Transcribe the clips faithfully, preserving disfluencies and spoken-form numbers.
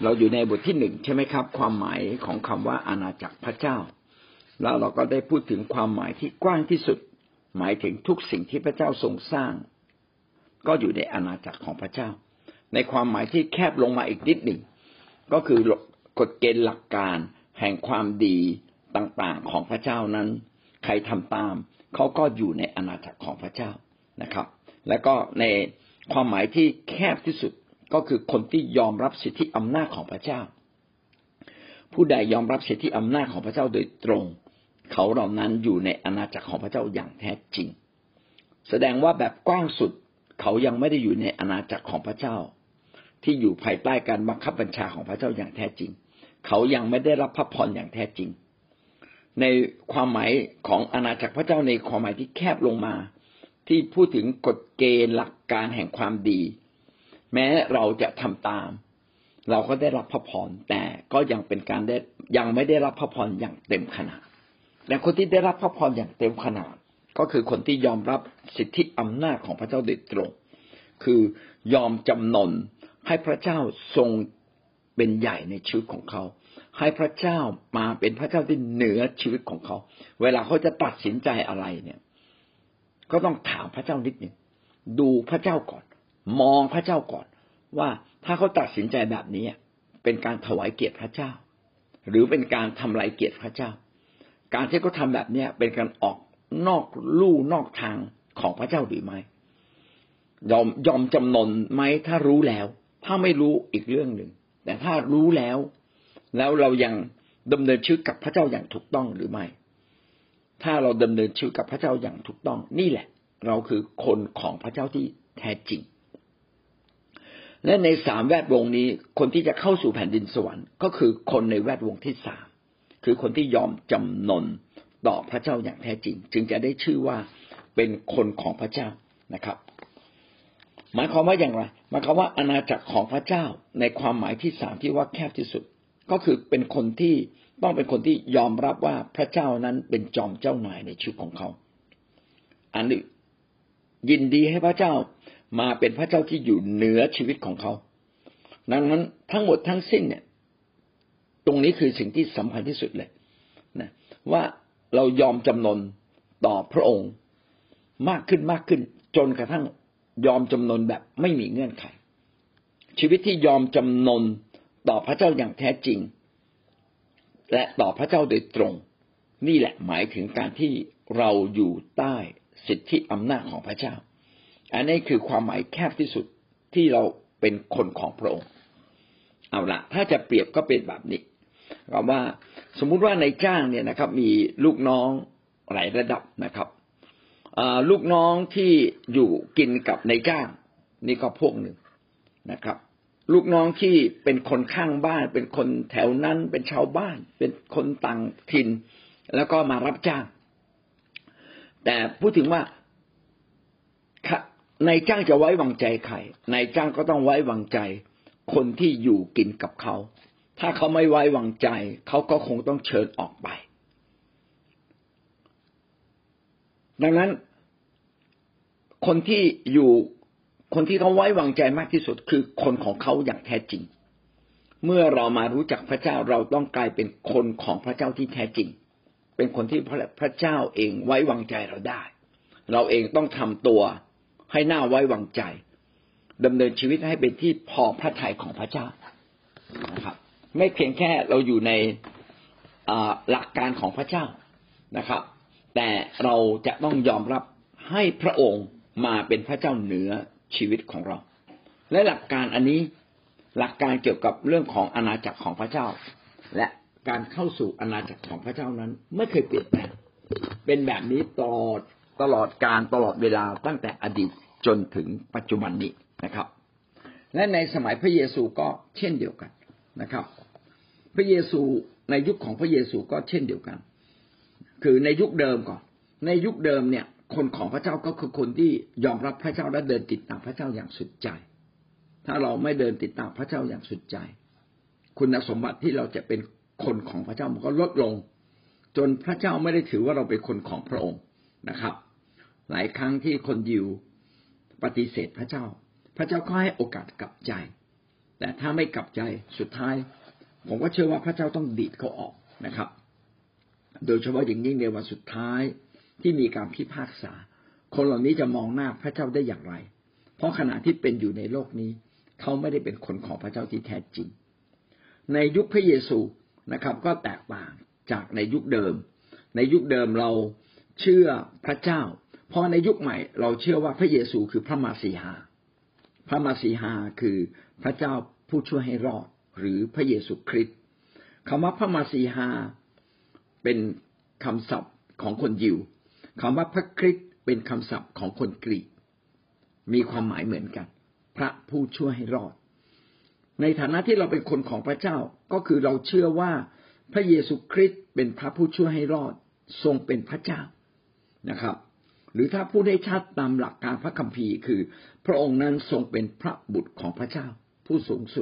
เราอยู่ในบทที่หนึ่งใช่ไหมครับความหมายของคำว่าอาณาจักรพระเจ้าแล้วเราก็ได้พูดถึงความหมายที่กว้างที่สุดหมายถึงทุกสิ่งที่พระเจ้าทรงสร้างก็อยู่ในอาณาจักรของพระเจ้าในความหมายที่แคบลงมาอีกนิดหนึ่งก็คือกฎเกณฑ์หลักการแห่งความดีต่างๆของพระเจ้านั้นใครทำตามเขาก็อยู่ในอาณาจักรของพระเจ้านะครับแล้วก็ในความหมายที่แคบที่สุดก็คือคนที่ยอมรับสิทธิอำนาจของพระเจ้าผู้ใดยอมรับสิทธิอำนาจของพระเจ้าโดยตรงเขาเหล่านั้นอยู่ในอาณาจักรของพระเจ้าอย่างแท้จริงแสดงว่าแบบกว้างสุดเขายังไม่ได้อยู่ในอาณาจักรของพระเจ้าที่อยู่ภายใต้การบังคับบัญชาของพระเจ้าอย่างแท้จริงเขายังไม่ได้รับพระพรอย่างแท้จริงในความหมายของอาณาจักรพระเจ้าในความหมายที่แคบลงมาที่พูดถึงกฎเกณฑ์หลักการแห่งความดีแม้เราจะทำตามเราก็ได้รับพระพรแต่ก็ยังเป็นการได้ยังไม่ได้รับพระพรอย่างเต็มขนาดและคนที่ได้รับพระพรอย่างเต็มขนาดก็คือคนที่ยอมรับสิทธิอำนาจของพระเจ้าโดยตรงคือยอมจำนนให้พระเจ้าทรงเป็นใหญ่ในชีวิตของเขาให้พระเจ้ามาเป็นพระเจ้าที่เหนือชีวิตของเขาเวลาเขาจะตัดสินใจอะไรเนี่ยก็ต้องถามพระเจ้านิดหนึ่งดูพระเจ้าก่อนมองพระเจ้าก่อนว่าถ้าเขาตัดสินใจแบบนี้เป็นการถวายเกียรติพระเจ้าหรือเป็นการทำลายเกียรติพระเจ้าการที่เขาทำแบบนี้เป็นการออกนอกลู่นอกทางของพระเจ้าหรือไม่ยอมยอมจำนนไหมถ้ารู้แล้วถ้าไม่รู้อีกเรื่องหนึ่งแต่ถ้ารู้แล้วแล้วเรายังดำเนินชีวิตกับพระเจ้าอย่างถูกต้องหรือไม่ถ้าเราดำเนินชีวิตกับพระเจ้าอย่างถูกต้องนี่แหละเราคือคนของพระเจ้าที่แท้จริงและในสามแวดวงนี้คนที่จะเข้าสู่แผ่นดินสวรรค์ก็คือคนในแวดวงที่สามคือคนที่ยอมจำนนต่อพระเจ้าอย่างแท้จริงจึงจะได้ชื่อว่าเป็นคนของพระเจ้านะครับหมายความว่าอย่างไรหมายความว่าอาณาจักรของพระเจ้าในความหมายที่สามที่ว่าแคบที่สุดก็คือเป็นคนที่ต้องเป็นคนที่ยอมรับว่าพระเจ้านั้นเป็นจอมเจ้านายในชีวิตของเขาอันนี้ยินดีให้พระเจ้ามาเป็นพระเจ้าที่อยู่เหนือชีวิตของเขาดังนั้นทั้งหมดทั้งสิ้นเนี่ยตรงนี้คือสิ่งที่สำคัญที่สุดเลยนะว่าเรายอมจำนนต่อพระองค์มากขึ้นมากขึ้นจนกระทั่งยอมจำนนแบบไม่มีเงื่อนไขชีวิตที่ยอมจำนนต่อพระเจ้าอย่างแท้จริงและต่อพระเจ้าโดยตรงนี่แหละหมายถึงการที่เราอยู่ใต้สิทธิอำนาจของพระเจ้าอันนี้คือความหมายแคบที่สุดที่เราเป็นคนของพระองค์เอาละถ้าจะเปรียบก็เป็นแบบนี้ก็ว่าสมมุติว่าในจ้างเนี่ยนะครับมีลูกน้องหลายระดับนะครับลูกน้องที่อยู่กินกับนายจ้างนี่ก็พวกหนึ่งนะครับลูกน้องที่เป็นคนข้างบ้านเป็นคนแถวนั้นเป็นชาวบ้านเป็นคนต่างถิ่นแล้วก็มารับจ้างแต่พูดถึงว่านายจ้างจะไว้วางใจใครนายจ้างก็ต้องไว้วางใจคนที่อยู่กินกับเขาถ้าเขาไม่ไว้วางใจเขาก็คงต้องเชิญออกไปดังนั้นคนที่อยู่คนที่เขาไว้วางใจมากที่สุดคือคนของเขาอย่างแท้จริงเมื่อเรามารู้จักพระเจ้าเราต้องกลายเป็นคนของพระเจ้าที่แท้จริงเป็นคนที่พระเจ้าเองไว้วางใจเราได้เราเองต้องทำตัวให้น่าไว้วางใจดำเนินชีวิตให้เป็นที่พอพระทัยของพระเจ้านะครับไม่เพียงแค่เราอยู่ในหลักการของพระเจ้านะครับแต่เราจะต้องยอมรับให้พระองค์มาเป็นพระเจ้าเหนือชีวิตของเราและหลักการอันนี้หลักการเกี่ยวกับเรื่องของอาณาจักรของพระเจ้าและการเข้าสู่อาณาจักรของพระเจ้านั้นไม่เคยเปลี่ยนแปลงเป็นแบบนี้ตลอดตลอดการตลอดเวลาตั้งแต่อดีตจนถึงปัจจุบันนี้นะครับและในสมัยพระเยซูก็เช่นเดียวกันนะครับพระเยซูในยุคของพระเยซูก็เช่นเดียวกันคือในยุคเดิมก่อนในยุคเดิมเนี่ยคนของพระเจ้าก็คือคนที่ยอมรับพระเจ้าและเดินติดตามพระเจ้าอย่างสุดใจถ้าเราไม่เดินติดตามพระเจ้าอย่างสุดใจคุณสมบัติที่เราจะเป็นคนของพระเจ้ามันก็ลดลงจนพระเจ้าไม่ได้ถือว่าเราเป็นคนของพระองค์นะครับหลายครั้งที่คนยิวปฏิเสธพระเจ้าพระเจ้าก็ให้โอกาสกลับใจแต่ถ้าไม่กลับใจสุดท้ายผมก็เชื่อว่าพระเจ้าต้องดีดเขาออกนะครับโดยเฉพาะอย่างยิ่งในวันสุดท้ายที่มีการพิพากษาคนเหล่านี้จะมองหน้าพระเจ้าได้อย่างไรเพราะขณะที่เป็นอยู่ในโลกนี้เขาไม่ได้เป็นคนของพระเจ้าที่แท้จริงในยุคพระเยซูนะครับก็แตกต่างจากในยุคเดิมในยุคเดิมเราเชื่อพระเจ้าพอในยุคใหม่เราเชื่อว่าพระเยซูคือพระมาสีหาพระมาสีหาคือพระเจ้าผู้ช่วยให้รอดหรือพระเยซูคริสต์คำว่าพระมาสีหาเป็นคำศัพท์ของคนยิวคำว่าพระคริสต์เป็นคำศัพท์ของคนกรีกมีความหมายเหมือนกันพระผู้ช่วยให้รอดในฐานะที่เราเป็นคนของพระเจ้าก็คือเราเชื่อว่าพระเยซูคริสต์เป็นพระผู้ช่วยให้รอดทรงเป็นพระเจ้านะครับหรือถ้าพูดให้ชัดตามหลักการพระคัมภีร์คือพระองค์นั้นทรงเป็นพระบุตรของพระเจ้าผู้สูงสุด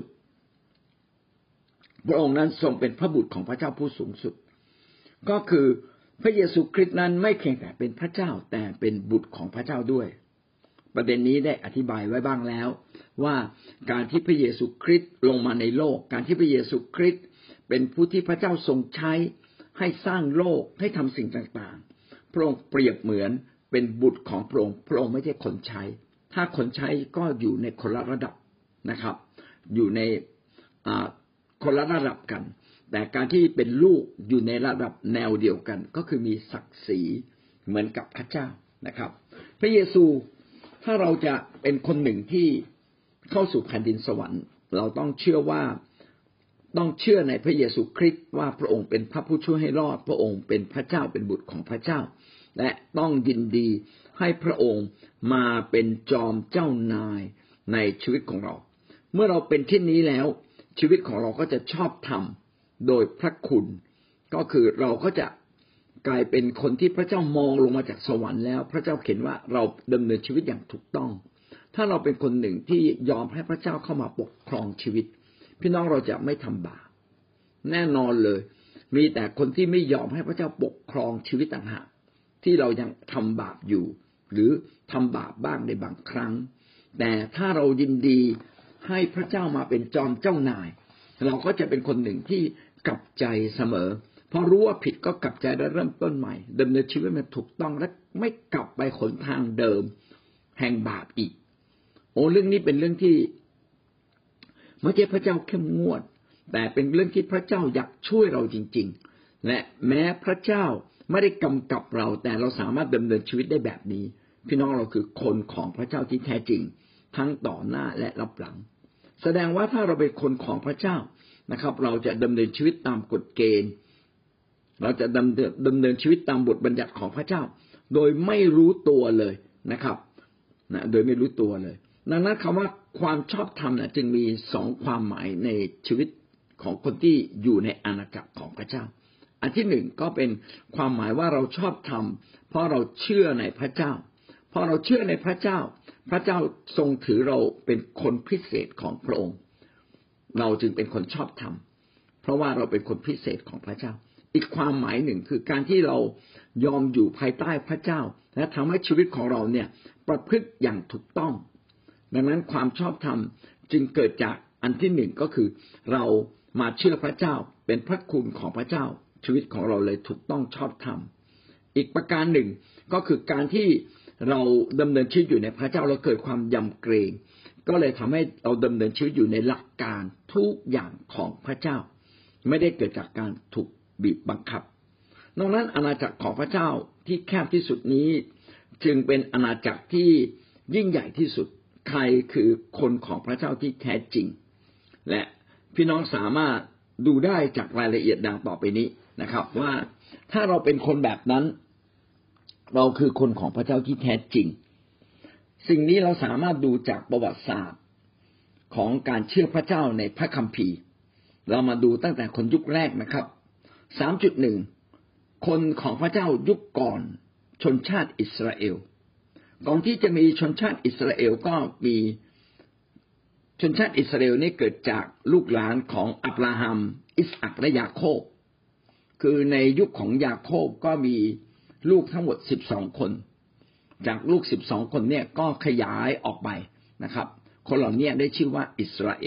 พระองค์นั้นทรงเป็นพระบุตรของพระเจ้าผู้สูงสุดก็คือพระเยซูคริสต์นั้นไม่เพียงแต่เป็นพระเจ้าแต่เป็นบุตรของพระเจ้าด้วยประเด็นนี้ได้อธิบายไว้บ้างแล้วว่าการที่พระเยซูคริสต์ลงมาในโลกการที่พระเยซูคริสต์เป็นผู้ที่พระเจ้าทรงใช้ให้สร้างโลกให้ทำสิ่งต่างๆพระองค์เปรียบเหมือนเป็นบุตรของพระองค์พระองค์ไม่ใช่คนใช้ถ้าคนใช้ก็อยู่ในคนละระดับนะครับอยู่ในคนละระดับกันแต่การที่เป็นลูกอยู่ในระดับแนวเดียวกันก็คือมีศักดิ์ศรีเหมือนกับพระเจ้านะครับพระเยซูถ้าเราจะเป็นคนหนึ่งที่เข้าสู่แผ่นดินสวรรค์เราต้องเชื่อว่าต้องเชื่อในพระเยซูคริสต์ว่าพระองค์เป็นพระผู้ช่วยให้รอดพระองค์เป็นพระเจ้าเป็นบุตรของพระเจ้าและต้องยินดีให้พระองค์มาเป็นจอมเจ้านายในชีวิตของเราเมื่อเราเป็นเช่นนี้แล้วชีวิตของเราก็จะชอบธรรมโดยพระคุณก็คือเราก็จะกลายเป็นคนที่พระเจ้ามองลงมาจากสวรรค์แล้วพระเจ้าเห็นว่าเราดำเนินชีวิตอย่างถูกต้องถ้าเราเป็นคนหนึ่งที่ยอมให้พระเจ้าเข้ามาปกครองชีวิตพี่น้องเราจะไม่ทำบาปแน่นอนเลยมีแต่คนที่ไม่ยอมให้พระเจ้าปกครองชีวิตต่างหากที่เรายังทำบาปอยู่หรือทำบาปบ้างในบางครั้งแต่ถ้าเรายินดีให้พระเจ้ามาเป็นจอมเจ้านายเราก็จะเป็นคนหนึ่งที่กลับใจเสมอพอรู้ว่าผิดก็กลับใจและเริ่มต้นใหม่ดำเนินชีวิตมันถูกต้องและไม่กลับไปหนทางเดิมแห่งบาปอีกโอ้เรื่องนี้เป็นเรื่องที่ไม่ใช่พระเจ้าเข้มงวดแต่เป็นเรื่องที่พระเจ้าอยากช่วยเราจริงๆและแม้พระเจ้าไม่ได้กำกับเราแต่เราสามารถดำเนินชีวิตได้แบบนี้พี่น้องเราคือคนของพระเจ้าที่แท้จริงทั้งต่อหน้าและรับหลังแสดงว่าถ้าเราเป็นคนของพระเจ้านะครับเราจะดำเนินชีวิตตามกฎเกณฑ์เราจะดำเนินดำเนินชีวิตตามบทบัญญัติของพระเจ้าโดยไม่รู้ตัวเลยนะครับนะโดยไม่รู้ตัวเลยดังนั้นคำว่าความชอบธรรมนะจึงมีสองความหมายในชีวิตของคนที่อยู่ในอาณาจักรของพระเจ้าอันที่หนึ่งก็เป็นความหมายว่าเราชอบธรรมเพราะเราเชื่อในพระเจ้าพอเราเชื่อในพระเจ้าพระเจ้าทรงถือเราเป็นคนพิเศษของพระองค์เราจึงเป็นคนชอบธรรมเพราะว่าเราเป็นคนพิเศษของพระเจ้าอีกความหมายหนึ่งคือการที่เรายอมอยู่ภายใต้พระเจ้าและทำให้ชีวิตของเราเนี่ยประพฤติอย่างถูกต้องดังนั้นความชอบธรรมจึงเกิดจากอันที่หนึ่งก็คือเรามาเชื่อพระเจ้าเป็นพระคุณของพระเจ้าชีวิตของเราเลยถูกต้องชอบธรรมอีกประการหนึ่งก็คือการที่เราดำเนินชีวิตอยู่ในพระเจ้าเราเกิดความยำเกรงก็เลยทำให้เราดำเนินชีวิตอยู่ในหลักการทุกอย่างของพระเจ้าไม่ได้เกิดจากการถูกบีบบังคับดังนั้นอาณาจักรของพระเจ้าที่แคบที่สุดนี้จึงเป็นอาณาจักรที่ยิ่งใหญ่ที่สุดใครคือคนของพระเจ้าที่แท้จริงและพี่น้องสามารถดูได้จากรายละเอียดดังต่อไปนี้นะครับว่าถ้าเราเป็นคนแบบนั้นเราคือคนของพระเจ้าที่แท้จริงสิ่งนี้เราสามารถดูจากประวัติศาสตร์ของการเชื่อพระเจ้าในพระคัมภีร์เรามาดูตั้งแต่คนยุคแรกนะครับ สามจุดหนึ่ง คนของพระเจ้ายุคก่อนชนชาติอิสราเอลก่อนที่จะมีชนชาติอิสราเอลก็มีชนชาติอิสราเอลนี่เกิดจากลูกหลานของอับราฮัมอิสอัคและยาโคบคือในยุคของยาโคบก็มีลูกทั้งหมดสิบสองคนจากลูกสิบสองคนเนี่ยก็ขยายออกไปนะครับคนเหล่านี้ได้ชื่อว่าอิสราเอล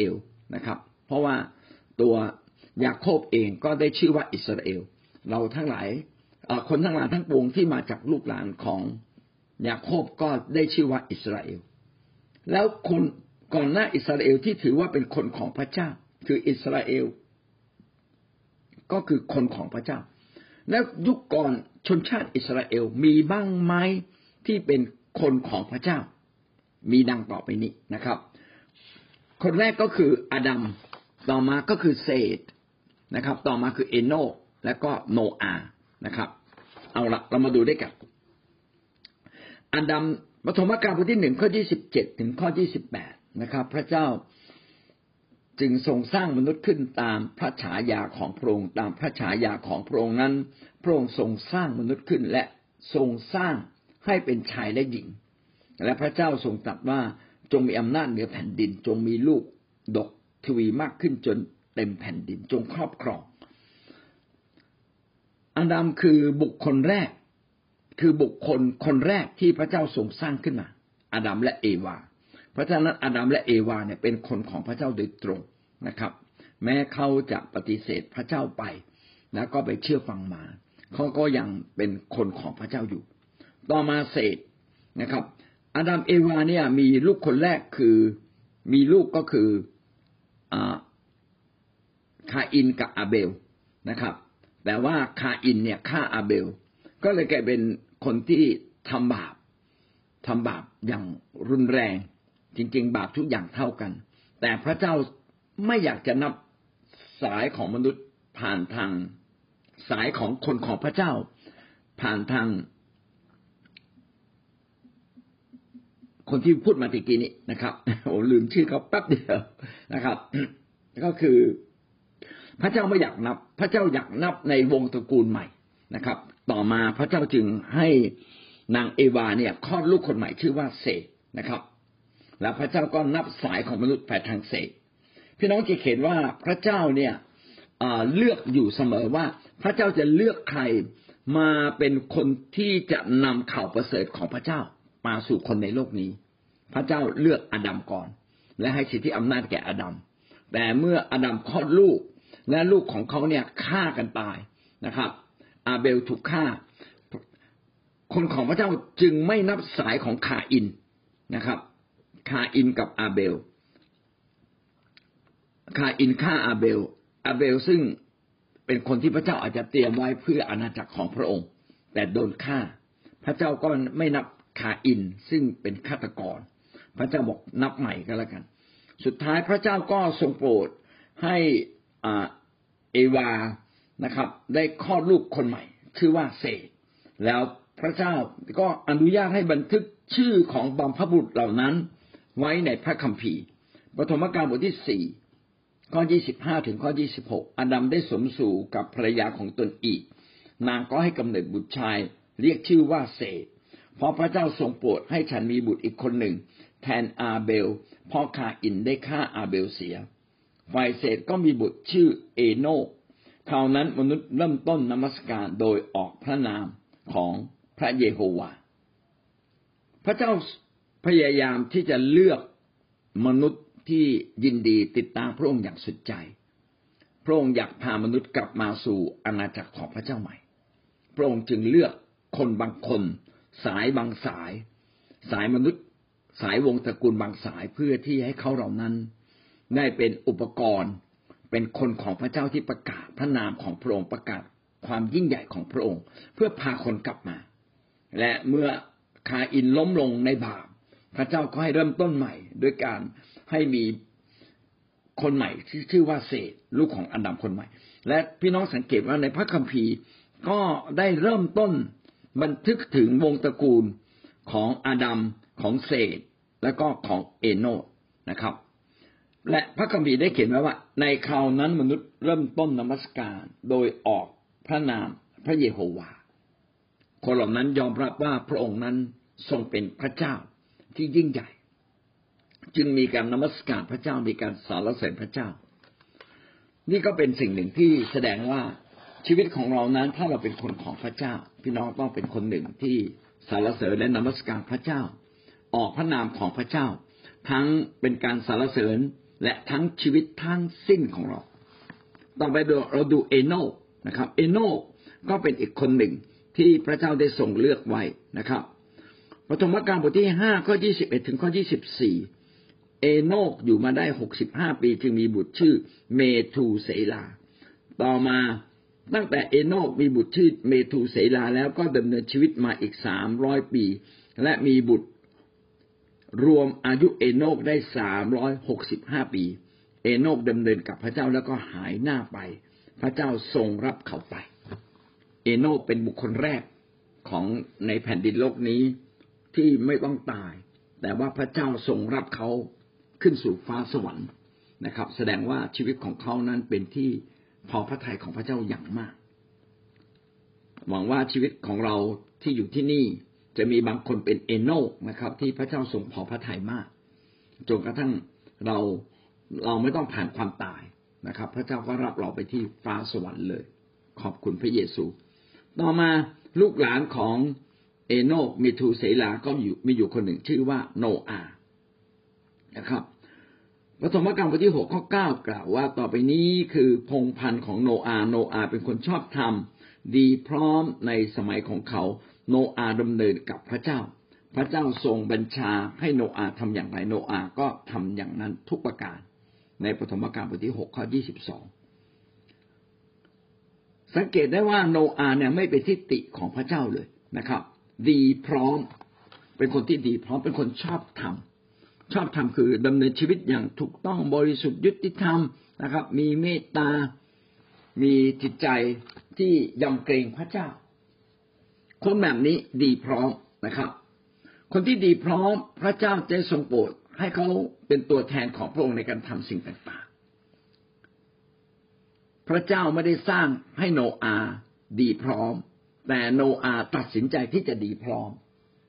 นะครับ เพราะว่าตัวยาโคบเองก็ได้ชื่อว่าอิสราเอลเราทั้งหลายคนทั้งหลายทั้งปวงที่มาจากลูกหลานของยาโคบก็ได้ชื่อว่าอิสราเอลแล้วคนก่อนหน้าอิสราเอลที่ถือว่าเป็นคนของพระเจ้าคืออิสราเอลก็คือคนของพระเจ้าแล้วยุคก่อนชนชาติอิสราเอลมีบ้างไหมที่เป็นคนของพระเจ้ามีดังต่อไปนี้นะครับคนแรกก็คืออาดัมต่อมาก็คือเซธนะครับต่อมาคือเอโนกและก็โนอาห์นะครับเอาละเรามาดูด้วยกันอาดัมปฐมกาลบทที่หนึ่งข้อที่สิบเจ็ดถึงข้อที่สิบแปดนะครับพระเจ้าจึงทรงสร้างมนุษย์ขึ้นตามพระฉายาของพระองค์ตามพระฉายาของพระองค์นั้นพระองค์ทรงสร้างมนุษย์ขึ้นและทรงสร้างให้เป็นชายและหญิงและพระเจ้าทรงตรัสว่าจงมีอำนาจเหนือแผ่นดินจงมีลูกดกทวีมากขึ้นจนเต็มแผ่นดินจงครอบครองอาดัมคือบุคคลแรกคือบุคคลคนแรกที่พระเจ้าทรงสร้างขึ้นมาอาดัมและเอวาเพราะฉะนั้นอาดัมและเอวาเนี่ยเป็นคนของพระเจ้าโดยตรงนะครับแม้เขาจะปฏิเสธพระเจ้าไปแล้วก็ไปเชื่อฟังมาเขาก็ยังเป็นคนของพระเจ้าอยู่ต่อมาเศษนะครับอาดัมเอวาเนี่ยมีลูกคนแรกคือมีลูกก็คืออ่าคาอินกับอาเบลนะครับแต่ว่าคาอินเนี่ยฆ่าอาเบลก็เลยกลายเป็นคนที่ทำบาปทำบาปอย่างรุนแรงจริงๆบาปทุกอย่างเท่ากันแต่พระเจ้าไม่อยากจะนับสายของมนุษย์ผ่านทางสายของคนของพระเจ้าผ่านทางคนที่พูดมาตะกี้นี้นะครับโอ้ลืมชื่อเขาแป๊บเดียวนะครับก็คือพระเจ้าไม่อยากนับพระเจ้าอยากนับในวงตระกูลใหม่นะครับต่อมาพระเจ้าจึงให้นางเอวาเนี่ยคลอดลูกคนใหม่ชื่อว่าเสธนะครับแล้วพระเจ้าก็นับสายของมนุษย์ผ่านทางเสธพี่น้องจะเห็นว่าพระเจ้าเนี่ยเลือกอยู่เสมอว่าพระเจ้าจะเลือกใครมาเป็นคนที่จะนำข่าวประเสริฐของพระเจ้ามาสู่คนในโลกนี้พระเจ้าเลือกอาดัมก่อนและให้สิทธิอำนาจแก่อาดัมแต่เมื่ออาดัมคลอดลูกและลูกของเขาเนี่ยฆ่ากันตายนะครับอาเบลถูกฆ่าคนของพระเจ้าจึงไม่นับสายของคาอินนะครับคาอินกับอาเบลคาอินฆ่าอาเบลอาเบลซึ่งเป็นคนที่พระเจ้าอาจจะเตรียมไว้เพื่ออาณาจักรของพระองค์แต่โดนฆ่าพระเจ้าก็ไม่นับคาอินซึ่งเป็นฆาตกรพระเจ้าบอกนับใหม่ก็แล้วกันสุดท้ายพระเจ้าก็ทรงโปรดให้อ่าเอวานะครับได้คลอดลูกคนใหม่ชื่อว่าเสธแล้วพระเจ้าก็อนุญาตให้บันทึกชื่อของบรรพบุรุษเหล่านั้นไว้ในพระคัมภีร์ปฐมกาลบทที่สี่ข้อยี่สิบห้าถึงข้อยี่สิบหกอาดัมได้สมสู่กับภรรยาของตนอีกนางก็ให้กำเนิดบุตรชายเรียกชื่อว่าเสธเพราะพระเจ้าทรงโปรดให้ฉันมีบุตรอีกคนหนึ่งแทนอาเบลเพราะคาอินได้ฆ่าอาเบลเสียฝ่ายเสธก็มีบุตรชื่อเอโนกคราวนั้นมนุษย์เริ่มต้นนมัสการโดยออกพระนามของพระเยโฮวาห์พระเจ้าพยายามที่จะเลือกมนุษย์ที่ยินดีติดตามพระองค์อย่างสุดใจพระองค์อยากพามนุษย์กลับมาสู่อาณาจักรของพระเจ้าใหม่พระองค์จึงเลือกคนบางคนสายบางสายสายมนุษย์สายวงตระกูลบางสายเพื่อที่ให้เขาเหล่านั้นได้เป็นอุปกรณ์เป็นคนของพระเจ้าที่ประกาศพระนามของพระองค์ประกาศความยิ่งใหญ่ของพระองค์เพื่อพาคนกลับมาและเมื่อคาอินล้มลงในบาปพระเจ้าก็ให้เริ่มต้นใหม่ด้วยการให้มีคนใหม่ที่ชื่อว่าเสธลูกของอาดัมคนใหม่และพี่น้องสังเกตว่าในพระคัมภีร์ก็ได้เริ่มต้นบันทึกถึงวงตระกูลของอาดัมของเสธและก็ของเอโนกนะครับและพระคัมภีร์ได้เขียนไว้ว่าในคราวนั้นมนุษย์เริ่มต้นนมัสการโดยออกพระนามพระเยโฮวาห์คนเหล่านั้นยอมรับว่าพระองค์นั้นทรงเป็นพระเจ้าที่ยิ่งใหญ่จึงมีการนมัสการพระเจ้ามีการสรรเสริญพระเจ้านี่ก็เป็นสิ่งหนึ่งที่แสดงว่าชีวิตของเรานั้นถ้าเราเป็นคนของพระเจ้าพี่น้องต้องเป็นคนหนึ่งที่สรรเสริญและนมัสการพระเจ้าออกพระนามของพระเจ้าทั้งเป็นการสรรเสริญและทั้งชีวิตทั้งสิ้นของเราต่อไปเราดูเอโนกนะครับเอโนกก็เป็นอีกคนหนึ่งที่พระเจ้าได้ทรงเลือกไว้นะครับปฐมกาลบทที่ห้าข้อยี่สิบเอ็ดถึงข้อยี่สิบสี่เอโนกอยู่มาได้หกสิบห้าปีจึงมีบุตรชื่อเมทูเสลาต่อมาตั้งแต่เอโนกมีบุตรชื่อเมทูเสลาแล้วก็ดำเนินชีวิตมาอีกสามร้อยปีและมีบุตรรวมอายุเอโนกได้สามร้อยหกสิบห้าปีเอโนกดำเนินกับพระเจ้าแล้วก็หายหน้าไปพระเจ้าทรงรับเขาไปเอโนกเป็นบุคคลแรกของในแผ่นดินโลกนี้ที่ไม่ต้องตายแต่ว่าพระเจ้าทรงรับเขาขึ้นสู่ฟ้าสวรรค์นะครับแสดงว่าชีวิตของเขานั้นเป็นที่พอพระทัยของพระเจ้าอย่างมากหวังว่าชีวิตของเราที่อยู่ที่นี่จะมีบางคนเป็นเอโนกนะครับที่พระเจ้าทรงพอพระทัยมากจนกระทั่งเราเราไม่ต้องผ่านความตายนะครับพระเจ้าก็รับเราไปที่ฟ้าสวรรค์เลยขอบคุณพระเยซูต่อมาลูกหลานของเอโนกเมทูเสลาก็อยู่มีอยู่คนหนึ่งชื่อว่าโนอาห์นะครับปฐมกาลบทที่หกข้อเก้ากล่าวว่าต่อไปนี้คือพงศ์พันธุ์ของโนอาห์โนอาห์เป็นคนชอบธรรมดีพร้อมในสมัยของเขาโนอาห์ดำเนินกับพระเจ้าพระเจ้าทรงบัญชาให้โนอาห์ทำอย่างไรโนอาห์ก็ทำอย่างนั้นทุกประการในปฐมกาลบทที่หกข้อยี่สิบสองสังเกตได้ว่าโนอาห์เนี่ยไม่เป็นที่ติของพระเจ้าเลยนะครับดีพร้อมเป็นคนที่ดีพร้อมเป็นคนชอบธรรมชอบธรรมคือดำเนินชีวิตอย่างถูกต้องบริสุทธิ์ยุติธรรมนะครับมีเมตตามีจิตใจที่ยำเกรงพระเจ้าคนแบบนี้ดีพร้อมนะครับคนที่ดีพร้อมพระเจ้าจะทรงโปรดให้เขาเป็นตัวแทนของพระองค์ในการทำสิ่งต่างๆพระเจ้าไม่ได้สร้างให้โนอาห์ดีพร้อมแต่โนอาห์ตัดสินใจที่จะดีพร้อม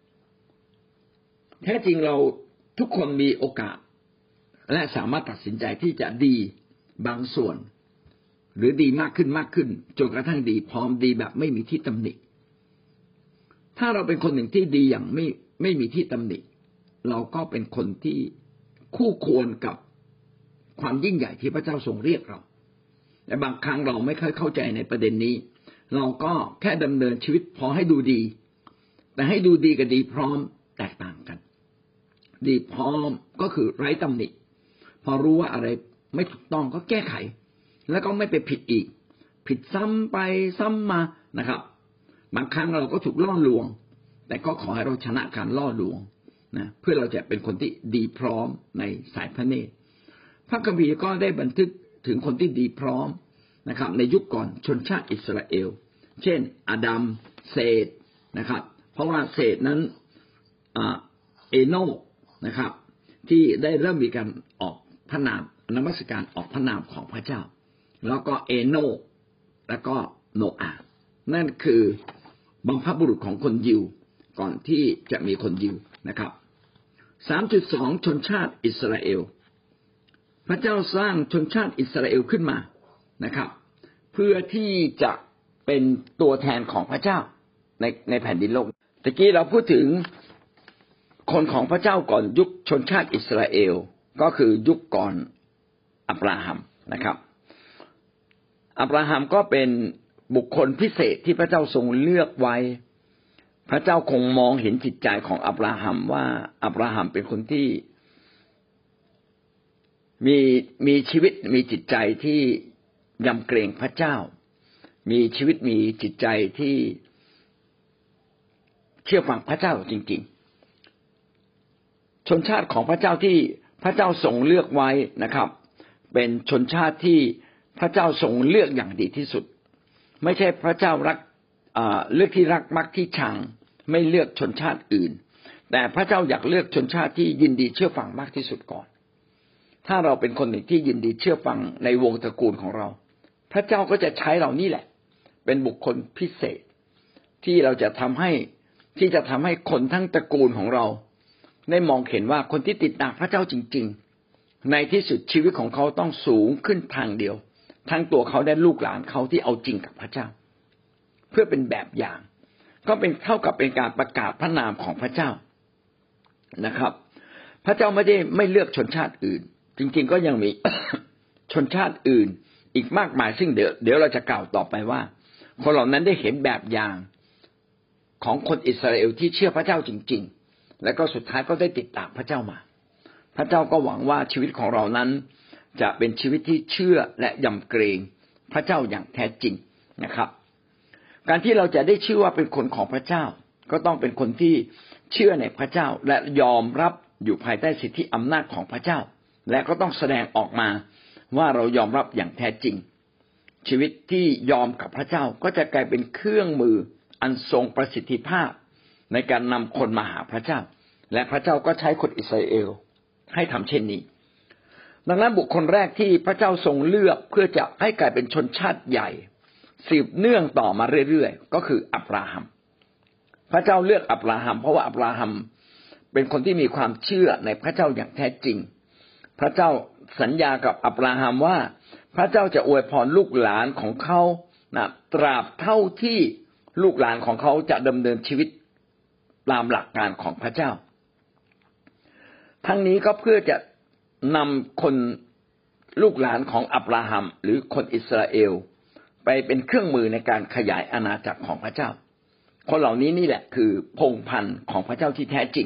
แท้จริงเราทุกคนมีโอกาสและสามารถตัดสินใจที่จะดีบางส่วนหรือดีมากขึ้นมากขึ้นจนกระทั่งดีพร้อมดีแบบไม่มีที่ตำหนิถ้าเราเป็นคนหนึ่งที่ดีอย่างไม่ไม่มีที่ตำหนิเราก็เป็นคนที่คู่ควรกับความยิ่งใหญ่ที่พระเจ้าทรงเรียกเราแต่บางครั้งเราไม่ค่อยเข้าใจในประเด็นนี้เราก็แค่ดำเนินชีวิตพอให้ดูดีแต่ให้ดูดีกับดีพร้อมแตกต่างกันดีพร้อมก็คือไร้ตำหนิพอรู้ว่าอะไรไม่ถูกต้องก็แก้ไขแล้วก็ไม่ไปผิดอีกผิดซ้ำไปซ้ำมานะครับบางครั้งเราก็ถูกล่อลวงแต่ก็ขอให้เราชนะการล่อลวงนะเพื่อเราจะเป็นคนที่ดีพร้อมในสายพระเนตรพระคัมภีร์ก็ได้บันทึกถึงคนที่ดีพร้อมนะครับในยุคก่อนชนชาติอิสราเอลเช่นอาดัมเศษนะครับเพราะว่าเศษนั้นเอโนกนะครับที่ได้เริ่มมีการออกพระนามนมัสการออกพระนามของพระเจ้าแล้วก็เอโนกแล้วก็โนอาห์นั่นคือบัพบุรุษของคนยิวก่อนที่จะมีคนยิวนะครับ สามจุดสอง ชนชาติอิสราเอลพระเจ้าสร้างชนชาติอิสราเอลขึ้นมานะครับเพื่อที่จะเป็นตัวแทนของพระเจ้าในในแผ่นดินโลกตะกี้เราพูดถึงคนของพระเจ้าก่อนยุคชนชาติอิสราเอลก็คือยุคก่อนอับราฮัมนะครับอับราฮัมก็เป็นบุคคลพิเศษที่พระเจ้าทรงเลือกไว้พระเจ้าคงมองเห็นจิตใจของอับราฮัมว่าอับราฮัมเป็นคนที่มีมีชีวิตมีจิตใจที่ยำเกรงพระเจ้ามีชีวิตมีจิตใจที่เชื่อฟังพระเจ้าจริงๆชนชาติของพระเจ้าที่พระเจ้าทรงเลือกไว้นะครับเป็นชนชาติที่พระเจ้าทรงเลือกอย่างดีที่สุดไม่ใช่พระเจ้ารักเลือกที่รักมักที่ชังไม่เลือกชนชาติอื่นแต่พระเจ้าอยากเลือกชนชาติที่ยินดีเชื่อฟังมากที่สุดก่อนถ้าเราเป็นคนหนึ่งที่ยินดีเชื่อฟังในวงตระกูลของเราพระเจ้าก็จะใช้เรานี่แหละเป็นบุคคลพิเศษที่เราจะทำให้ที่จะทำให้คนทั้งตระกูลของเราได้มองเห็นว่าคนที่ติดตามพระเจ้าจริงๆในที่สุดชีวิตของเขาต้องสูงขึ้นทางเดียวทั้งตัวเขาและลูกหลานเขาที่เอาจริงกับพระเจ้าเพื่อเป็นแบบอย่างก็เป็นเท่ากับเป็นการประกาศพระนามของพระเจ้านะครับพระเจ้าไม่ได้ไม่เลือกชนชาติอื่นจริงๆก็ยังมี ชนชาติอื่นอีกมากมายซึ่งเดี๋ยวเดี๋ยวเราจะกล่าวต่อไปว่าคนเหล่านั้นได้เห็นแบบอย่างของคนอิสราเอลที่เชื่อพระเจ้าจริงๆและก็สุดท้ายก็ได้ติดตามพระเจ้ามาพระเจ้าก็หวังว่าชีวิตของเรานั้นจะเป็นชีวิตที่เชื่อและยำเกรงพระเจ้าอย่างแท้จริงนะครับการที่เราจะได้ชื่อว่าเป็นคนของพระเจ้าก็ต้องเป็นคนที่เชื่อในพระเจ้าและยอมรับอยู่ภายใต้สิทธิอำนาจของพระเจ้าและก็ต้องแสดงออกมาว่าเรายอมรับอย่างแท้จริงชีวิตที่ยอมกับพระเจ้าก็จะกลายเป็นเครื่องมืออันทรงประสิทธิภาพในการนำคนมาหาพระเจ้าและพระเจ้าก็ใช้คนอิสราเอลให้ทำเช่นนี้ดังนั้นบุคคลแรกที่พระเจ้าทรงเลือกเพื่อจะให้กลายเป็นชนชาติใหญ่สืบเนื่องต่อมาเรื่อยๆก็คืออับราฮัมพระเจ้าเลือกอับราฮัมเพราะว่าอับราฮัมเป็นคนที่มีความเชื่อในพระเจ้าอย่างแท้จริงพระเจ้าสัญญากับอับราฮัมว่าพระเจ้าจะอวยพรลูกหลานของเขานะตราบเท่าที่ลูกหลานของเขาจะดำเนินชีวิตตามหลักการของพระเจ้าทั้งนี้ก็เพื่อจะนำคนลูกหลานของอับราฮัมหรือคนอิสราเอลไปเป็นเครื่องมือในการขยายอาณาจักรของพระเจ้าคนเหล่านี้นี่แหละคือพงศ์พันธุ์ของพระเจ้าที่แท้จริง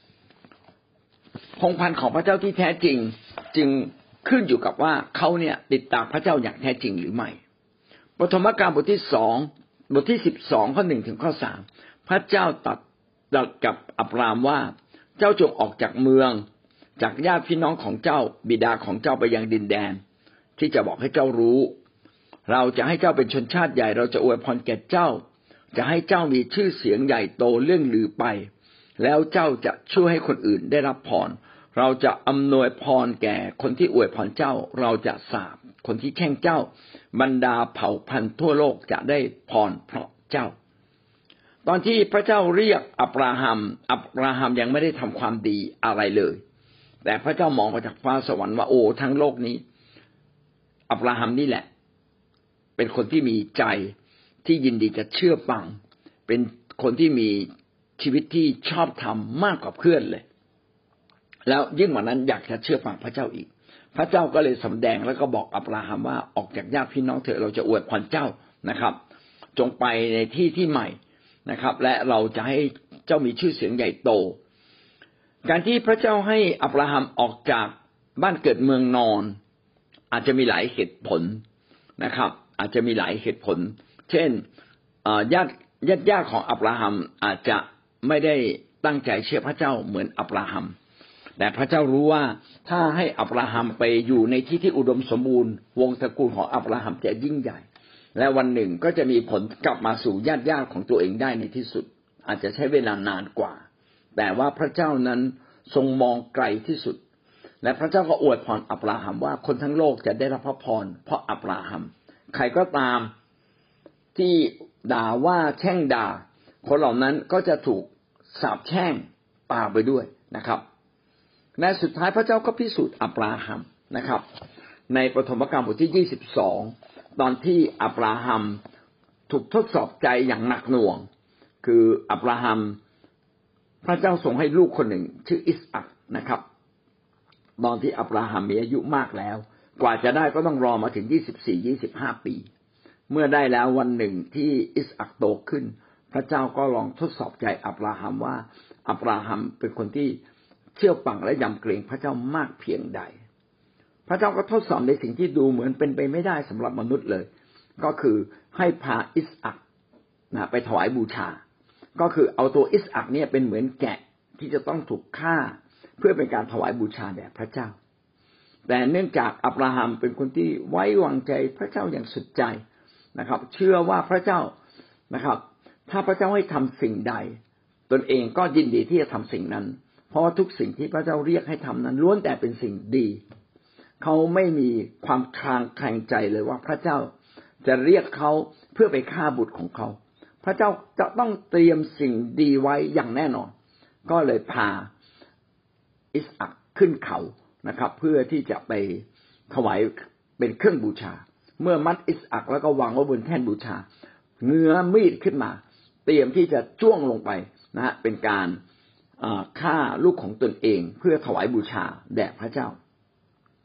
พงศ์พันธุ์ของพระเจ้าที่แท้จริงจึงขึ้นอยู่กับว่าเขาเนี่ยติดตามพระเจ้าอย่างแท้จริงหรือไม่ปฐมกาลบทที่สองบทที่สิบสองข้อหนึ่งถึงข้อสามพระเจ้าตรัสกับอับรามว่าเจ้าจงออกจากเมืองจากญาติพี่น้องของเจ้าบิดาของเจ้าไปยังดินแดนที่จะบอกให้เจ้ารู้เราจะให้เจ้าเป็นชนชาติใหญ่เราจะอวยพรแก่เจ้าจะให้เจ้ามีชื่อเสียงใหญ่โตเรื่องลือไปแล้วเจ้าจะช่วยให้คนอื่นได้รับพรเราจะอำนวยพรแก่คนที่อวยพรเจ้าเราจะสาปคนที่แช่งเจ้าบรรดาเผ่าพันธุ์ทั่วโลกจะได้พรเพราะเจ้าตอนที่พระเจ้าเรียกอับราฮัมอับราฮัมยังไม่ได้ทำความดีอะไรเลยแต่พระเจ้ามองมาจากฟ้าสวรรค์ว่าโอ้ทั้งโลกนี้อับราฮัมนี่แหละเป็นคนที่มีใจที่ยินดีจะเชื่อฟังเป็นคนที่มีชีวิตที่ชอบธรรมมากกว่าเพื่อนเลยแล้วยิ่งกว่านั้นอยากจะเชื่อฟังพระเจ้าอีกพระเจ้าก็เลยสำแดงแล้วก็บอกอับราฮัมว่าออกจากญาติพี่น้องเถอะเราจะอวยพรเจ้านะครับจงไปในที่ที่ใหม่นะครับและเราจะให้เจ้ามีชื่อเสียงใหญ่โตการที่พระเจ้าให้อับราฮัมออกจากบ้านเกิดเมืองนอนอาจจะมีหลายเหตุผลนะครับอาจจะมีหลายเหตุผลเช่นญาติญาติญาติของอับราฮัมอาจจะไม่ได้ตั้งใจเชื่อพระเจ้าเหมือนอับราฮัมแต่พระเจ้ารู้ว่าถ้าให้อับราฮัมไปอยู่ในที่ที่อุดมสมบูรณ์วงตระกูลของอับราฮัมจะยิ่งใหญ่และวันหนึ่งก็จะมีผลกลับมาสู่ญาติญาติของตัวเองได้ในที่สุดอาจจะใช้เวลานานกว่าแต่ว่าพระเจ้านั้นทรงมองไกลที่สุดและพระเจ้าก็อวยพรอับราฮัมว่าคนทั้งโลกจะได้รับพระพรเพราะอับราฮัมใครก็ตามที่ด่าว่าแช่งด่าคนเหล่านั้นก็จะถูกสาปแช่งตามไปด้วยนะครับและสุดท้ายพระเจ้าก็พิสูจน์อับราฮัมนะครับในปฐมกาลบทที่ยี่สิบสองตอนที่อับราฮัมถูกทดสอบใจอย่างหนักหน่วงคืออับราฮัมพระเจ้าส่งให้ลูกคนหนึ่งชื่ออิสอัคนะครับตอนที่อับราฮัมมีอายุมากแล้วกว่าจะได้ก็ต้องรอมาถึงยี่สิบสี่ ยี่สิบห้าปีเมื่อได้แล้ววันหนึ่งที่อิสอัคโตขึ้นพระเจ้าก็ลองทดสอบใจอับราฮัมว่าอับราฮัมเป็นคนที่เชื่อฟังและยำเกรงพระเจ้ามากเพียงใดพระเจ้าก็ทดสอบในสิ่งที่ดูเหมือนเป็นไปไม่ได้สำหรับมนุษย์เลยก็คือให้พาอิสอัคนะไปถวายบูชาก็คือเอาตัวอิสอัคเนี่ยเป็นเหมือนแกะที่จะต้องถูกฆ่าเพื่อเป็นการถวายบูชาแด่พระเจ้าแต่เนื่องจากอับราฮัมเป็นคนที่ไว้วางใจพระเจ้าอย่างสุดใจนะครับเชื่อว่าพระเจ้านะครับถ้าพระเจ้าให้ทำสิ่งใดตนเองก็ยินดีที่จะทำสิ่งนั้นเพราะว่าทุกสิ่งที่พระเจ้าเรียกให้ทำนั้นล้วนแต่เป็นสิ่งดีเขาไม่มีความคลางแคลงใจเลยว่าพระเจ้าจะเรียกเขาเพื่อไปฆ่าบุตรของเขาพระเจ้าจะต้องเตรียมสิ่งดีไว้อย่างแน่นอนก็เลยพาอิสอัคขึ้นเขานะครับเพื่อที่จะไปถวายเป็นเครื่องบูชาเมื่อมัดอิสอัคแล้วก็วางไว้บนแท่นบูชาเงื้อมีดขึ้นมาเตรียมที่จะจ้วงลงไปนะฮะเป็นการฆ่าลูกของตนเองเพื่อถวายบูชาแด่พระเจ้า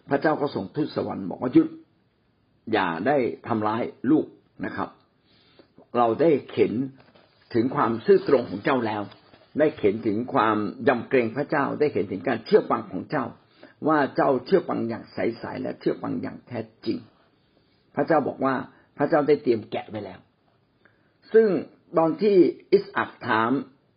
พระเจ้าก็ส่งทูตสวรรค์บอกว่าหยุดอย่าได้ทำร้ายลูกนะครับเราได้เข็นถึงความซื่อตรงของเจ้าแล้วได้เข็นถึงความยำเกรงพระเจ้าได้เห็นถึงการเชื่อฟังของเจ้าว่าเจ้าเชื่อฟังอย่างใสๆและเชื่อฟังอย่างแท้จริงพระเจ้าบอกว่าพระเจ้าได้เตรียมแกะไว้แล้วซึ่งตอนที่อิสอัคถาม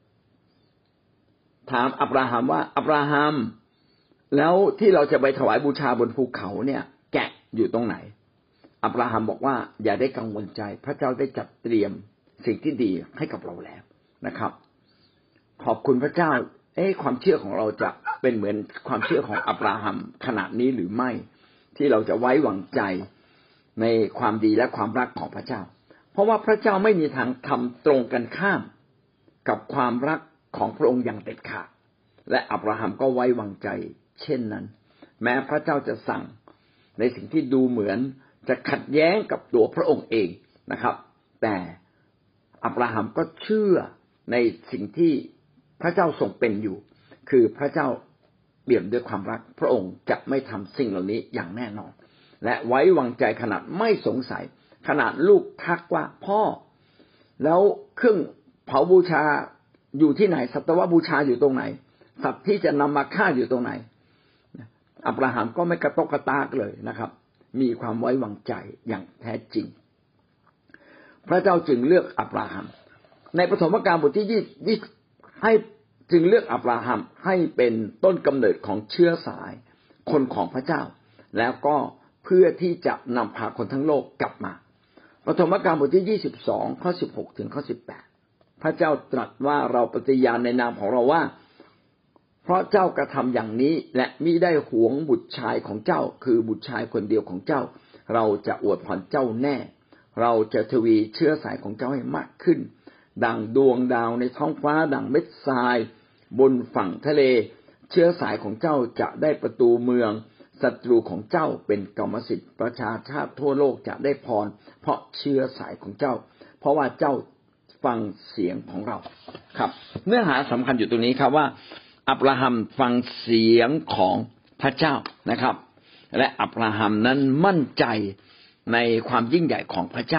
ถามอับราฮัมว่าอับราฮัมแล้วที่เราจะไปถวายบูชาบนภูเขาเนี่ยแกะอยู่ตรงไหนอับราฮัมบอกว่าอย่าได้กังวลใจพระเจ้าได้จัดเตรียมสิ่งที่ดีให้กับเราแล้วนะครับขอบคุณพระเจ้าเอ๊ะความเชื่อของเราจะเป็นเหมือนความเชื่อของอับราฮัมขนาดนี้หรือไม่ที่เราจะไว้วางใจในความดีและความรักของพระเจ้าเพราะว่าพระเจ้าไม่มีทางทำตรงกันข้ามกับความรักของพระองค์อย่างเด็ดขาดและอับราฮัมก็ไว้วางใจเช่นนั้นแม้พระเจ้าจะสั่งในสิ่งที่ดูเหมือนจะขัดแย้งกับตัวพระองค์เองนะครับแต่อับราฮัมก็เชื่อในสิ่งที่พระเจ้าทรงเป็นอยู่คือพระเจ้าเปี่ยมด้วยความรักพระองค์จะไม่ทำสิ่งเหล่านี้อย่างแน่นอนและไว้วางใจขนาดไม่สงสัยขนาดลูกทักว่าพ่อแล้วเครื่องเผาบูชาอยู่ที่ไหนสัตวบูชาอยู่ตรงไหนสัตว์ที่จะนำมาฆ่าอยู่ตรงไหนอับราฮัมก็ไม่กระตกกระตากเลยนะครับมีความไว้วางใจอย่างแท้จริงพระเจ้าจึงเลือกอับราฮัมในปฐมกาลบทที่ยี่สิบให้จึงเลือกอับราฮัมให้เป็นต้นกำเนิดของเชื้อสายคนของพระเจ้าแล้วก็เพื่อที่จะนำพาคนทั้งโลกกลับมาปฐมกาลบทที่ยี่สิบสองข้อสิบหกถึงข้อสิบแปดพระเจ้าตรัสว่าเราปฏิญาณในนามของเราว่าเพราะเจ้ากระทำอย่างนี้และมิได้หวงบุตรชายของเจ้าคือบุตรชายคนเดียวของเจ้าเราจะอวยพรเจ้าแน่เราจะทวีเชื้อสายของเจ้าให้มากขึ้นดังดวงดาวในท้องฟ้าดังเม็ดทรายบนฝั่งทะเลเชื้อสายของเจ้าจะได้ประตูเมืองศัตรูของเจ้าเป็นกรรมสิทธิ์ประชาชาติทั่วโลกจะได้พรเพราะเชื้อสายของเจ้าเพราะว่าเจ้าฟังเสียงของเราครับเนื้อหาสำคัญอยู่ตรงนี้ครับว่าอับราฮัมฟังเสียงของพระเจ้านะครับและอับราฮัมนั้นมั่นใจในความยิ่งใหญ่ของพระเจ้า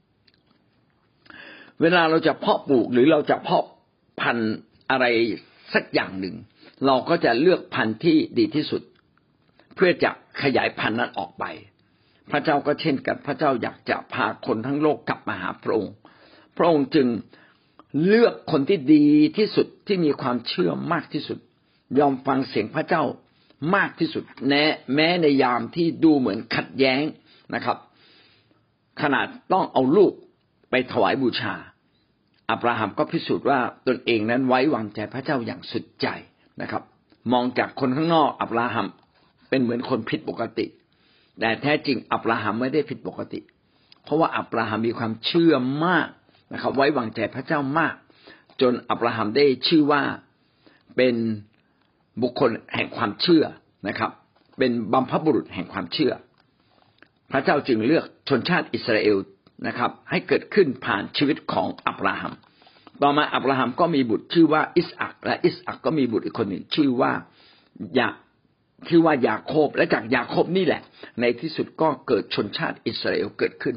เวลาเราจะเพาะปลูกหรือเราจะเพาะพันธุ์อะไรสักอย่างหนึ่งเราก็จะเลือกพันธุ์ที่ดีที่สุดเพื่อจะขยายพันธุ์นั้นออกไปพระเจ้าก็เช่นกันพระเจ้าอยากจะพาคนทั้งโลกกลับมาหาพระองค์พระองค์จึงเลือกคนที่ดีที่สุดที่มีความเชื่อมากที่สุดยอมฟังเสียงพระเจ้ามากที่สุดแม้ในยามที่ดูเหมือนขัดแย้งนะครับขนาดต้องเอาลูกไปถวายบูชาอับราฮัมก็พิสูจน์ว่าตนเองนั้นไว้วางใจพระเจ้าอย่างสุดใจนะครับมองจากคนข้างนอกอับราฮัมเป็นเหมือนคนผิดปกติแต่แท้จริงอับราฮัมไม่ได้ผิดปกติเพราะว่าอับราฮัมมีความเชื่อมากนะครับไว้วางใจพระเจ้ามากจนอับราฮัมได้ชื่อว่าเป็นบุคคลแห่งความเชื่อนะครับเป็นบัมพบุรุษแห่งความเชื่อพระเจ้าจึงเลือกชนชาติอิสราเอลนะครับให้เกิดขึ้นผ่านชีวิตของอับราฮัมต่อมาอับราฮัมก็มีบุตรชื่อว่าอิสอัคและอิสอัคก็มีบุตรอีกคนหนึ่งชื่อว่ายาชื่อว่ายาโคบและจากยาโคบนี่แหละในที่สุดก็เกิดชนชาติอิสราเอลเกิดขึ้น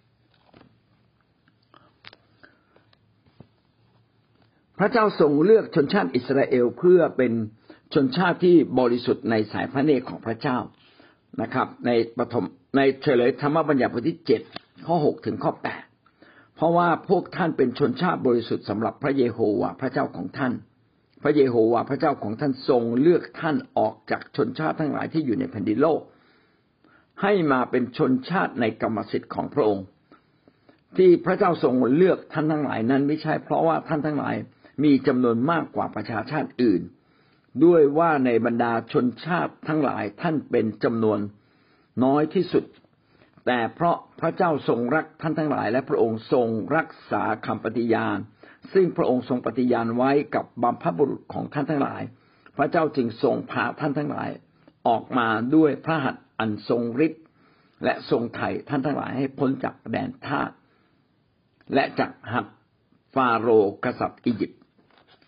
พระเจ้าทรงเลือกชนชาติอิสราเอลเพื่อเป็นชนชาติที่บริสุทธิ์ในสายพระเนตรของพระเจ้านะครับในปฐมในเฉลยธรรมบัญญัติบทที่เจ็ดข้อหกถึงข้อแปดเพราะว่าพวกท่านเป็นชนชาติบริสุทธิ์สำหรับพระเยโฮวาห์พระเจ้าของท่านพระเยโฮวาห์พระเจ้าของท่านทรงเลือกท่านออกจากชนชาติทั้งหลายที่อยู่ในแผ่นดินโลกให้มาเป็นชนชาติในกรรมสิทธิ์ของพระองค์ที่พระเจ้าทรงเลือกท่านทั้งหลายนั้นไม่ใช่เพราะว่าท่านทั้งหลายมีจำนวนมากกว่าประชาชาติอื่นด้วยว่าในบรรดาชนชาติทั้งหลายท่านเป็นจำนวนน้อยที่สุดแต่เพราะพระเจ้าทรงรักท่านทั้งหลายและพระองค์ทรงรักษาคำปฏิญาณซึ่งพระองค์ทรงปฏิญาณไว้กับบัมพบุรุษของท่านทั้งหลายพระเจ้าจึงทรงพาท่านทั้งหลายออกมาด้วยพระหัตถ์อันทรงฤทธิ์และทรงไถ่ท่านทั้งหลายให้พ้นจากแดนทาสและจากหัตถ์ฟาโรห์กษัตริย์อียิปต์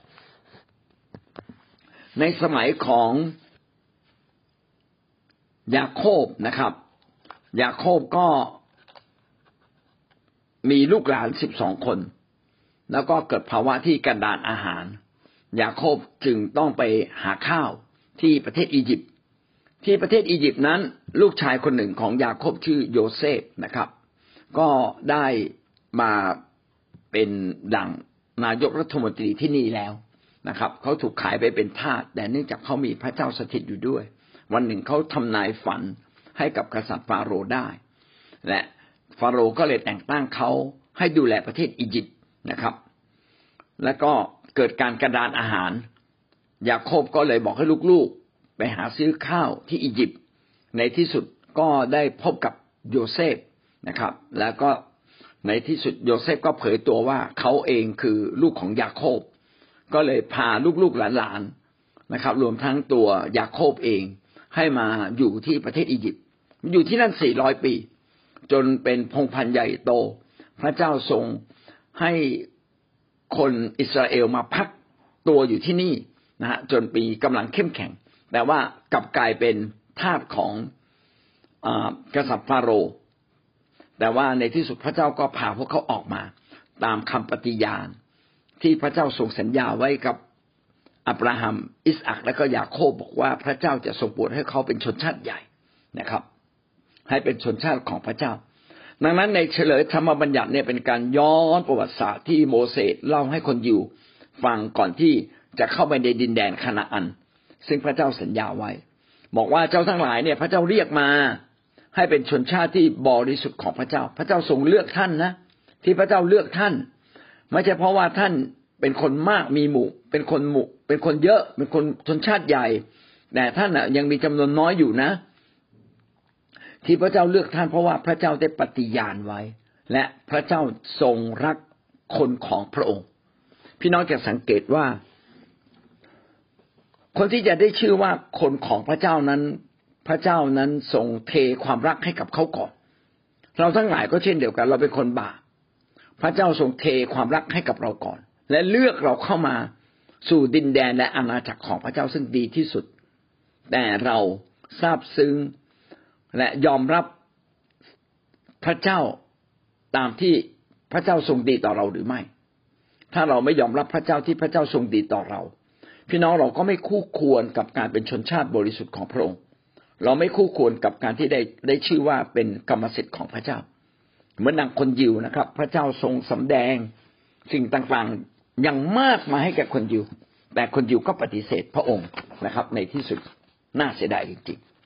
ในสมัยของยาโคบนะครับยาโคบก็มีลูกหลานสิบสองคนแล้วก็เกิดภาวะที่กันดารอาหารยาโคบจึงต้องไปหาข้าวที่ประเทศอียิปต์ที่ประเทศอียิปต์นั้นลูกชายคนหนึ่งของยาโคบชื่อโยเซฟนะครับก็ได้มาเป็นดั่งนายกรัฐมนตรีที่นี่แล้วนะครับเขาถูกขายไปเป็นทาสแต่เนื่องจากเขามีพระเจ้าสถิตอยู่ด้วยวันหนึ่งเขาทำนายฝันให้กับกษัตริย์ฟาโรห์ได้และฟาโรห์ก็เลยแต่งตั้งเขาให้ดูแลประเทศอียิปต์นะครับแล้วก็เกิดการกระดานอาหารยาโคบก็เลยบอกให้ลูกๆไปหาซื้อข้าวที่อียิปต์ในที่สุดก็ได้พบกับโยเซฟนะครับแล้วก็ในที่สุดโยเซฟก็เผยตัวว่าเขาเองคือลูกของยาโคบก็เลยพาลูกๆหลานๆนะครับรวมทั้งตัวยาโคบเองให้มาอยู่ที่ประเทศอียิปต์อยู่ที่นั่นสี่ร้อยปีจนเป็นพงศ์พันธุ์ใหญ่โตพระเจ้าทรงให้คนอิสราเอลมาพักตัวอยู่ที่นี่นะฮะจนปีกำลังเข้มแข็งแต่ว่ากลับกลายเป็นทาสของอ่ากษัตริย์ฟาโรห์แต่ว่าในที่สุดพระเจ้าก็พาพวกเขาออกมาตามคำปฏิญาณที่พระเจ้าทรงสัญญาไว้กับอับราฮัมอิสอัคและก็ยาโคบบอกว่าพระเจ้าจะทรงโปรดให้เขาเป็นชนชาติใหญ่นะครับให้เป็นชนชาติของพระเจ้าดังนั้นในเฉลยธรรมบัญญัติเนี่ยเป็นการย้อนประวัติศาสตร์ที่โมเสสเล่าให้คนยิวฟังก่อนที่จะเข้าไปในดินแดนคานาอันซึ่งพระเจ้าสัญญาไว้บอกว่าเจ้าทั้งหลายเนี่ยพระเจ้าเรียกมาให้เป็นชนชาติที่บริสุทธิ์ของพระเจ้าพระเจ้าทรงเลือกท่านนะที่พระเจ้าเลือกท่านไม่ใช่เพราะว่าท่านเป็นคนมากมีหมู่เป็นคนหมู่เป็นคนเยอะเป็นคนชนชาติใหญ่แต่ท่านน่ะยังมีจำนวนน้อยอยู่นะที่พระเจ้าเลือกท่านเพราะว่าพระเจ้าได้ปฏิญาณไว้และพระเจ้าทรงรักคนของพระองค์พี่น้องจะสังเกตว่าคนที่จะได้ชื่อว่าคนของพระเจ้านั้นพระเจ้านั้นทรงเทความรักให้กับเขาก่อนเราทั้งหลายก็เช่นเดียวกันเราเป็นคนบาปพระเจ้าทรงเทความรักให้กับเราก่อนและเลือกเราเข้ามาสู่ดินแดนและอาณาจักรของพระเจ้าซึ่งดีที่สุดแต่เราซาบซึ้งและยอมรับพระเจ้าตามที่พระเจ้าทรงดีต่อเราหรือไม่ถ้าเราไม่ยอมรับพระเจ้าที่พระเจ้าทรงดีต่อเราพี่น้องเราก็ไม่คู่ควรกับการเป็นชนชาติบริสุทธิ์ของพระองค์เราไม่คู่ควรกับการที่ได้ได้ชื่อว่าเป็นกรรมสิทธิ์ของพระเจ้าเหมือนดังคนยิวนะครับพระเจ้าทรงสำแดงสิ่งต่างๆอย่างมากมาให้แก่คนยิวแต่คนยิวก็ปฏิเสธพระองค์นะครับในที่สุดน่าเสียดายจริง